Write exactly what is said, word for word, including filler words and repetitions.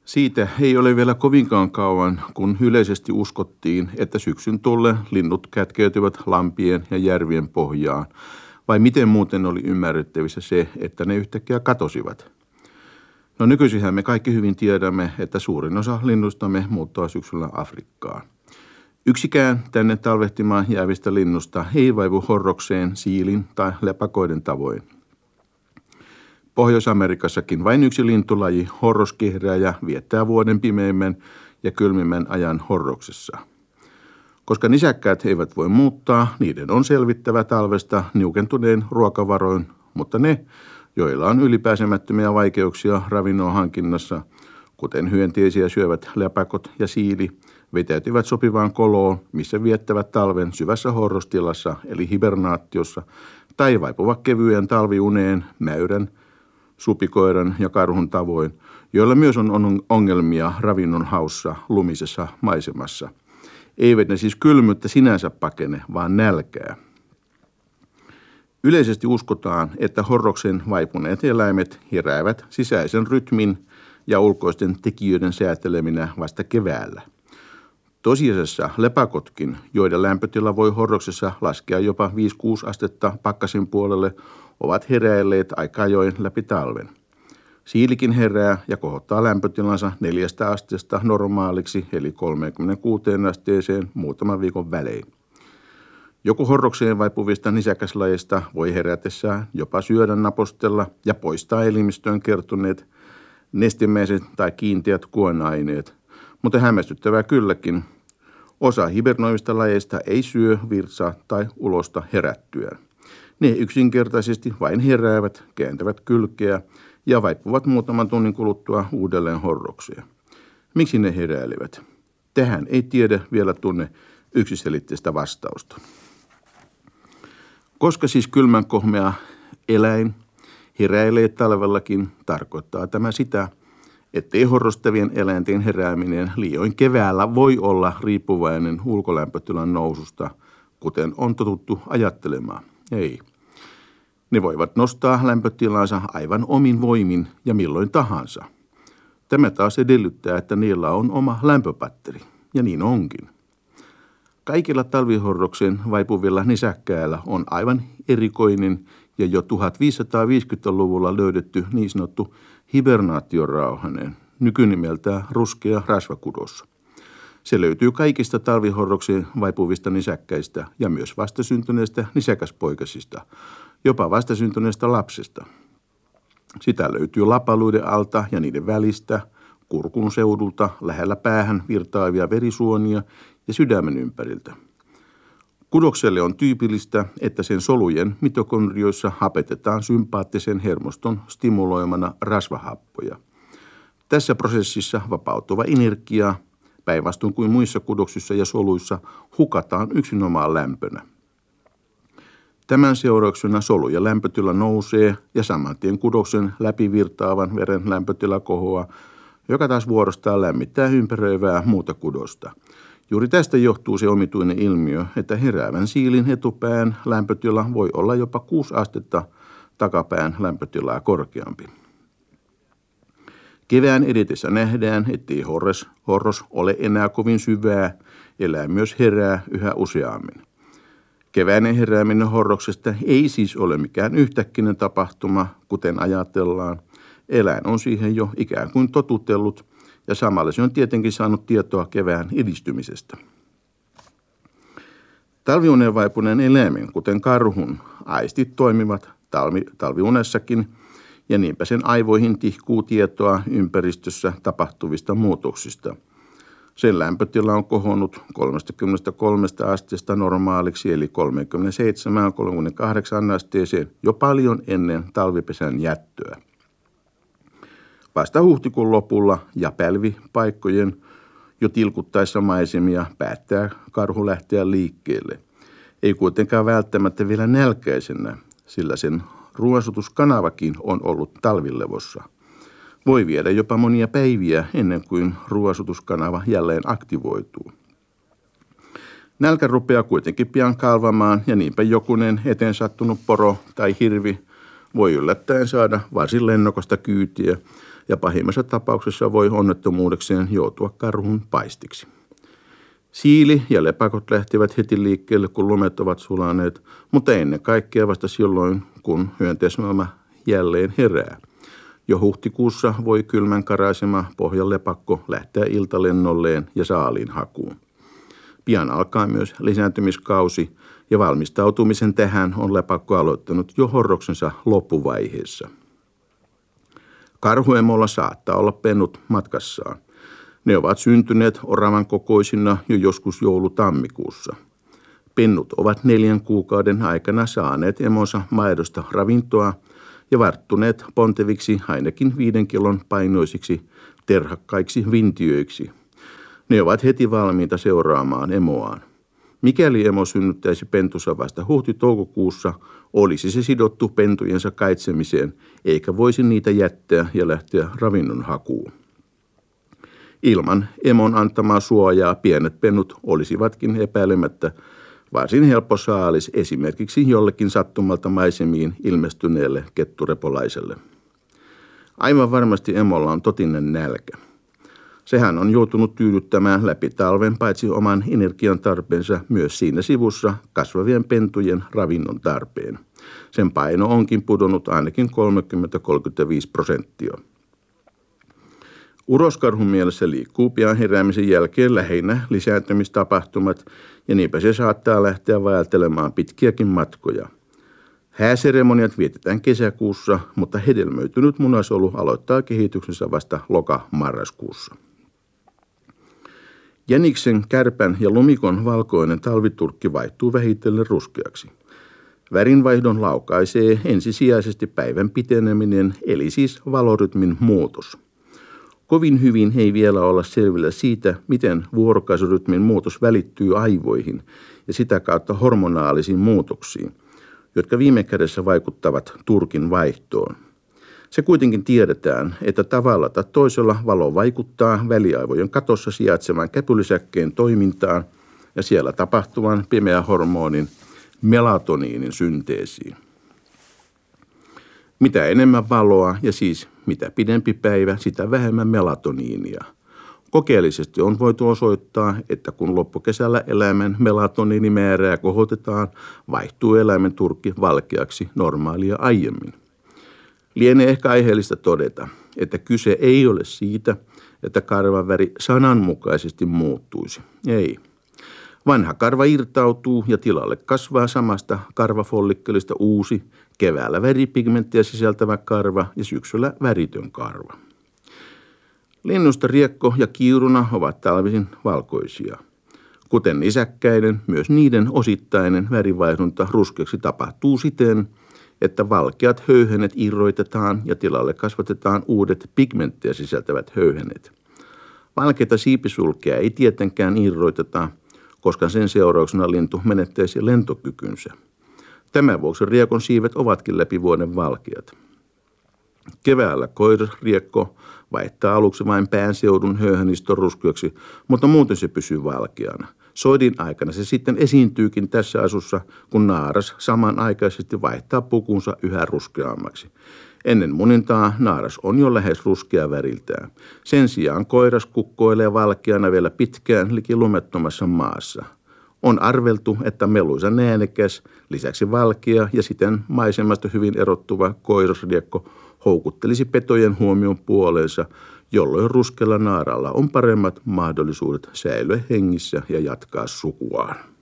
Siitä ei ole vielä kovinkaan kauan, kun yleisesti uskottiin, että syksyn tullen linnut kätkeytyvät lampien ja järvien pohjaan, vai miten muuten oli ymmärrettävissä se, että ne yhtäkkiä katosivat. No nykyisinhän me kaikki hyvin tiedämme, että suurin osa linnustamme muuttaa syksyllä Afrikkaan. Yksikään tänne talvehtimaan jäävistä linnusta ei vaivu horrokseen siilin tai lepakoiden tavoin. Pohjois-Amerikassakin vain yksi lintulaji, horroskehräjä, viettää vuoden pimeimmän ja kylmimmän ajan horroksessa. Koska nisäkkäät eivät voi muuttaa, niiden on selvittävä talvesta niukentuneen ruokavaroin, mutta ne, joilla on ylipääsemättömiä vaikeuksia ravinnon hankinnassa, kuten hyönteisiä syövät lepäkot ja siili, vetäytyvät sopivaan koloon, missä viettävät talven syvässä horrostilassa eli hibernaatiossa, tai vaipuvat kevyen talviuneen, mäyrän, supikoiran ja karhun tavoin, joilla myös on ongelmia ravinnon haussa lumisessa maisemassa. Eivät ne siis kylmyyttä sinänsä pakene, vaan nälkää. Yleisesti uskotaan, että horroksen vaipuneet eläimet heräävät sisäisen rytmin ja ulkoisten tekijöiden sääteleminä vasta keväällä. Tosiasiassa lepakotkin, joiden lämpötila voi horroksessa laskea jopa viisi kuusi astetta pakkasen puolelle, ovat heräilleet aika ajoin läpi talven. Siilikin herää ja kohottaa lämpötilansa neljästä asteesta normaaliksi eli kolmeenkymmeneenkuusi asteeseen muutaman viikon välein. Joku horrokseen vaipuvista nisäkäslajeista voi herätessään jopa syödä, napostella ja poistaa elimistöön kertoneet nestemäiset tai kiinteät kuonaineet, mutta hämmästyttävää kylläkin. Osa hibernoivista lajeista ei syö, virtsaa tai ulosta herättyään. Ne yksinkertaisesti vain heräävät, kääntävät kylkeä ja vaipuvat muutaman tunnin kuluttua uudelleen horrokseen. Miksi ne heräilevät? Tähän ei tiedä vielä tunne yksiselitteistä vastausta. Koska siis kylmän kohmea eläin heräilee talvellakin, tarkoittaa tämä sitä, ettei horrostavien eläinten herääminen liioin keväällä voi olla riippuvainen ulkolämpötilan noususta, kuten on totuttu ajattelemaan. Ei. Ne voivat nostaa lämpötilansa aivan omin voimin ja milloin tahansa. Tämä taas edellyttää, että niillä on oma lämpöpatteri, ja niin onkin. Kaikilla talvihorroksen vaipuvilla nisäkkäillä on aivan erikoinen ja jo tuhatviisisataaviisikymmentäluvulla löydetty niin sanottu hibernaatiorauhanen, nykynimeltään ruskea rasvakudos. Se löytyy kaikista talvihorrokseen vaipuvista nisäkkäistä ja myös vastasyntyneistä nisäkäspoikasista, jopa vastasyntyneestä lapsesta. Sitä löytyy lapaluiden alta ja niiden välistä, kurkun seudulta, lähellä päähän virtaavia verisuonia ja sydämen ympäriltä. Kudokselle on tyypillistä, että sen solujen mitokondrioissa hapetetaan sympaattisen hermoston stimuloimana rasvahappoja. Tässä prosessissa vapautuva energia, päinvastoin kuin muissa kudoksissa ja soluissa, hukataan yksinomaan lämpönä. Tämän seurauksena solu- ja lämpötila nousee ja samantien kudoksen läpivirtaavan veren lämpötila kohoaa, joka taas vuorostaan lämmittää ympäröivää muuta kudosta. Juuri tästä johtuu se omituinen ilmiö, että heräävän siilin etupään lämpötila voi olla jopa kuusi astetta takapään lämpötilaa korkeampi. Kevään edetessä nähdään, ettei horros, horros ole enää kovin syvää, eläin myös herää yhä useammin. Keväinen herääminen horroksesta ei siis ole mikään yhtäkkinen tapahtuma, kuten ajatellaan. Eläin on siihen jo ikään kuin totutellut ja samalla se on tietenkin saanut tietoa kevään edistymisestä. Talviuneen vaipuneen eläimen, kuten karhun, aistit toimivat talvi, talviunessakin ja niinpä sen aivoihin tihkuu tietoa ympäristössä tapahtuvista muutoksista. Sen lämpötila on kohonnut kolmekymmentäkolme asteesta normaaliksi eli kolmekymmentäseitsemän kolmekymmentäkahdeksan asteeseen jo paljon ennen talvipesän jättöä. Vasta huhtikuun lopulla ja pälvipaikkojen jo tilkuttaessa maisemia päättää karhu lähteä liikkeelle. Ei kuitenkaan välttämättä vielä nälkäisenä, sillä sen ruoansulutuskanavakin on ollut talvilevossa. Voi viedä jopa monia päiviä ennen kuin ruoansulutuskanava jälleen aktivoituu. Nälkä rupeaa kuitenkin pian kalvamaan ja niinpä jokunen eteen sattunut poro tai hirvi voi yllättäen saada varsin lennokasta kyytiä ja pahimmassa tapauksessa voi onnettomuudekseen joutua karhun paistiksi. Siili ja lepakot lähtevät heti liikkeelle, kun lumet ovat sulaneet, mutta ennen kaikkea vasta silloin, kun hyönteismaailma jälleen herää. Jo huhtikuussa voi kylmän karaisema pohjanlepakko lähteä iltalennolleen ja saaliin hakuun. Pian alkaa myös lisääntymiskausi ja valmistautumisen tähän on lepakko aloittanut jo horroksensa loppuvaiheessa. Karhuemolla saattaa olla pennut matkassaan. Ne ovat syntyneet oravan kokoisina jo joskus joulu-tammikuussa. Pennut ovat neljän kuukauden aikana saaneet emonsa maidosta ravintoa ja varttuneet ponteviksi ainakin viiden kilon painoisiksi terhakkaiksi vintiöiksi. Ne ovat heti valmiita seuraamaan emoaan. Mikäli emo synnyttäisi pentussa vasta huhti-toukokuussa, olisi se sidottu pentujensa kaitsemiseen, eikä voisi niitä jättää ja lähteä ravinnon hakuun. Ilman emon antamaa suojaa pienet pennut olisivatkin epäilemättä varsin helppo saalis esimerkiksi jollekin sattumalta maisemiin ilmestyneelle ketturepolaiselle. Aivan varmasti emolla on totinen nälkä. Sehän on joutunut tyydyttämään läpi talven paitsi oman energian tarpeensa myös siinä sivussa kasvavien pentujen ravinnon tarpeen. Sen paino onkin pudonnut ainakin kolmekymmentä kolmekymmentäviisi prosenttia. Uroskarhun mielessä liikkuu pian heräämisen jälkeen lähinnä lisääntymistapahtumat ja niinpä se saattaa lähteä vaeltelemaan pitkiäkin matkoja. Hääseremoniat vietetään kesäkuussa, mutta hedelmöitynyt munasolu aloittaa kehityksensä vasta loka-marraskuussa. Jäniksen, kärpän ja lumikon valkoinen talviturkki vaihtuu vähitellen ruskeaksi. Värinvaihdon laukaisee ensisijaisesti päivän piteneminen, eli siis valorytmin muutos. Kovin hyvin ei vielä olla selvillä siitä, miten vuorokausirytmin muutos välittyy aivoihin ja sitä kautta hormonaalisiin muutoksiin, jotka viime kädessä vaikuttavat turkin vaihtoon. Se kuitenkin tiedetään, että tavalla tai toisella valo vaikuttaa väliaivojen katossa sijaitsevan käpylisäkkeen toimintaan ja siellä tapahtuvan pimeähormonin melatoniinin synteesiin. Mitä enemmän valoa ja siis mitä pidempi päivä, sitä vähemmän melatoniinia. Kokeellisesti on voitu osoittaa, että kun loppukesällä eläimen melatoniinimäärää kohotetaan, vaihtuu eläimen turkki valkeaksi normaalia aiemmin. Lienee ehkä aiheellista todeta, että kyse ei ole siitä, että karvan väri sananmukaisesti muuttuisi. Ei. Vanha karva irtautuu ja tilalle kasvaa samasta karvafollikkelista uusi, keväällä väripigmenttiä sisältävä karva ja syksyllä väritön karva. Linnusta riekko ja kiiruna ovat talvisin valkoisia. Kuten nisäkkäiden, myös niiden osittainen värivaihdunta ruskeaksi tapahtuu siten, että valkeat höyhenet irroitetaan ja tilalle kasvatetaan uudet pigmenttiä sisältävät höyhenet. Valkeita siipisulkeja ei tietenkään irroiteta, koska sen seurauksena lintu menettäisi lentokykynsä. Tämän vuoksi riekon siivet ovatkin läpi vuoden valkeat. Keväällä koirasriekko vaihtaa aluksi vain päänseudun höyhenistön ruskeaksi, mutta muuten se pysyy valkeana. Soidin aikana se sitten esiintyykin tässä asussa, kun naaras samanaikaisesti vaihtaa pukunsa yhä ruskeammaksi. Ennen munintaa naaras on jo lähes ruskea väriltään. Sen sijaan koiras kukkoilee valkeana vielä pitkään liki lumettomassa maassa. On arveltu, että meluisa näänekäs, lisäksi valkea ja siten maisemasta hyvin erottuva koirasriekko houkuttelisi petojen huomion puoleensa, jolloin ruskealla naaralla on paremmat mahdollisuudet säilyä hengissä ja jatkaa sukuaan.